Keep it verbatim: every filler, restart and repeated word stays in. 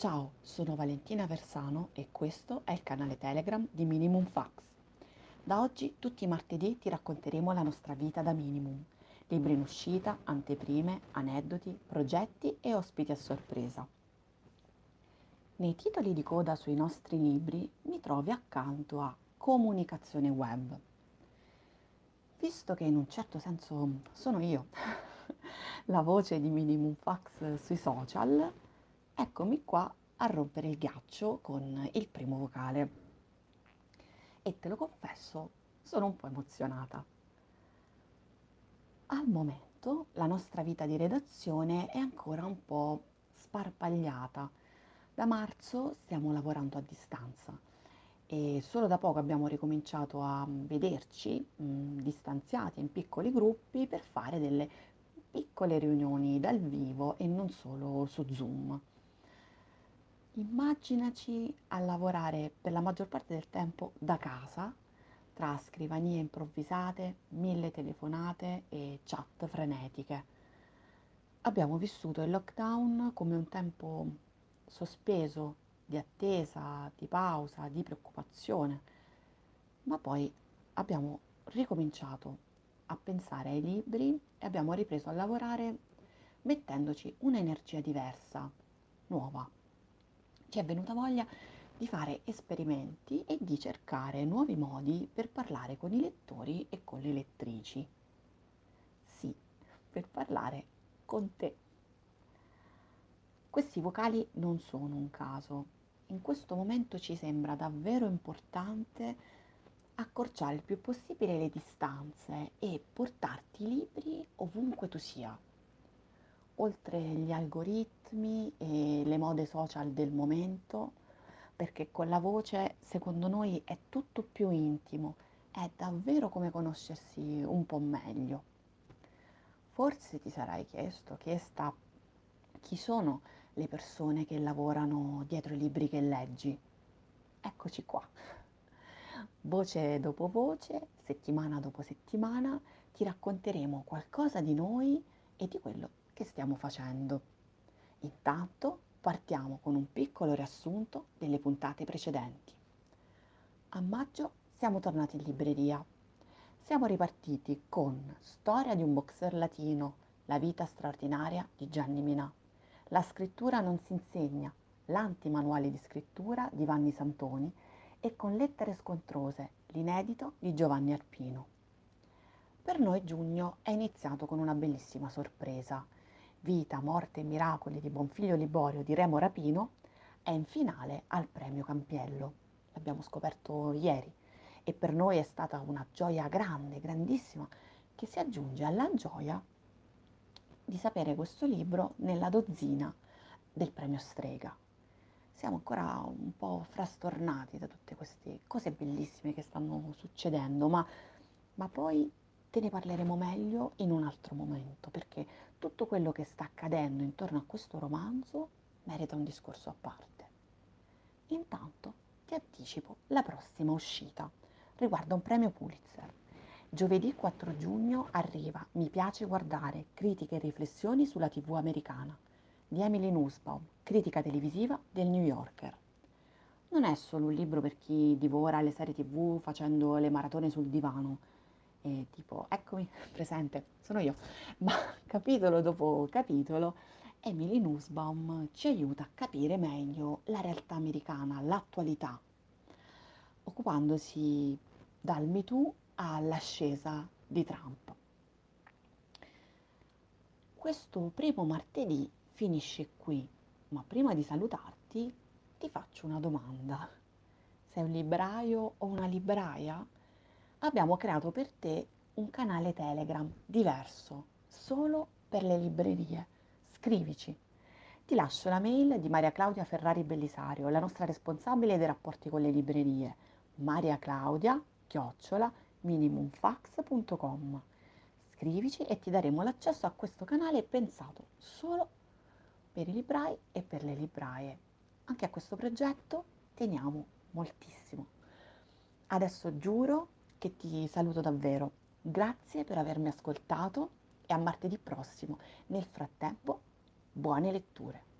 Ciao, sono Valentina Versano e questo è il canale Telegram di Minimum Fax. Da oggi, tutti i martedì, ti racconteremo la nostra vita da minimum. Libri in uscita, anteprime, aneddoti, progetti e ospiti a sorpresa. Nei titoli di coda sui nostri libri mi trovi accanto a Comunicazione Web. Visto che in un certo senso sono io, la voce di Minimum Fax sui social, eccomi qua a rompere il ghiaccio con il primo vocale. E te lo confesso, sono un po' emozionata. Al momento la nostra vita di redazione è ancora un po' sparpagliata. Da marzo stiamo lavorando a distanza e solo da poco abbiamo ricominciato a vederci mh, distanziati in piccoli gruppi per fare delle piccole riunioni dal vivo e non solo su Zoom. Immaginaci a lavorare per la maggior parte del tempo da casa, tra scrivanie improvvisate, mille telefonate e chat frenetiche. Abbiamo vissuto il lockdown come un tempo sospeso di attesa, di pausa, di preoccupazione, ma poi abbiamo ricominciato a pensare ai libri e abbiamo ripreso a lavorare mettendoci un'energia diversa, nuova. Ci è venuta voglia di fare esperimenti e di cercare nuovi modi per parlare con i lettori e con le lettrici. Sì, per parlare con te. Questi vocali non sono un caso. In questo momento ci sembra davvero importante accorciare il più possibile le distanze e portarti i libri ovunque tu sia. Oltre gli algoritmi e le mode social del momento, perché con la voce, secondo noi, è tutto più intimo, è davvero come conoscersi un po' meglio. Forse ti sarai chiesto chi sta, chi sono le persone che lavorano dietro i libri che leggi. Eccoci qua. Voce dopo voce, settimana dopo settimana, ti racconteremo qualcosa di noi e di quello che stiamo facendo. Intanto partiamo con un piccolo riassunto delle puntate precedenti. A maggio siamo tornati in libreria. Siamo ripartiti con Storia di un boxer latino, La vita straordinaria di Gianni Minà. La scrittura non si insegna, l'antimanuale di scrittura di Vanni Santoni e con Lettere scontrose, l'inedito di Giovanni Arpino. Per noi giugno è iniziato con una bellissima sorpresa. Vita, morte e miracoli di Bonfiglio Liborio di Remo Rapino è in finale al premio Campiello. L'abbiamo scoperto ieri e per noi è stata una gioia grande, grandissima, che si aggiunge alla gioia di sapere questo libro nella dozzina del premio Strega. Siamo ancora un po' frastornati da tutte queste cose bellissime che stanno succedendo, ma, ma poi te ne parleremo meglio in un altro momento, perché tutto quello che sta accadendo intorno a questo romanzo merita un discorso a parte. Intanto ti anticipo la prossima uscita. Riguarda un premio Pulitzer. Giovedì quattro giugno arriva Mi piace guardare, critiche e riflessioni sulla T V americana di Emily Nussbaum, critica televisiva del New Yorker. Non è solo un libro per chi divora le serie T V facendo le maratone sul divano, e tipo, eccomi, presente, sono io, ma capitolo dopo capitolo Emily Nussbaum ci aiuta a capire meglio la realtà americana, l'attualità, occupandosi dal Me Too all'ascesa di Trump. Questo primo martedì finisce qui, ma prima di salutarti ti faccio una domanda. Sei un libraio o una libraia? Abbiamo creato per te un canale Telegram diverso, solo per le librerie. Scrivici. Ti lascio la mail di Maria Claudia Ferrari Bellisario, la nostra responsabile dei rapporti con le librerie. Maria Claudia, chiocciola, minimumfax punto com. Scrivici e ti daremo l'accesso a questo canale pensato solo per i librai e per le libraie. Anche a questo progetto teniamo moltissimo. Adesso giuro che ti saluto davvero. Grazie per avermi ascoltato e a martedì prossimo. Nel frattempo, buone letture.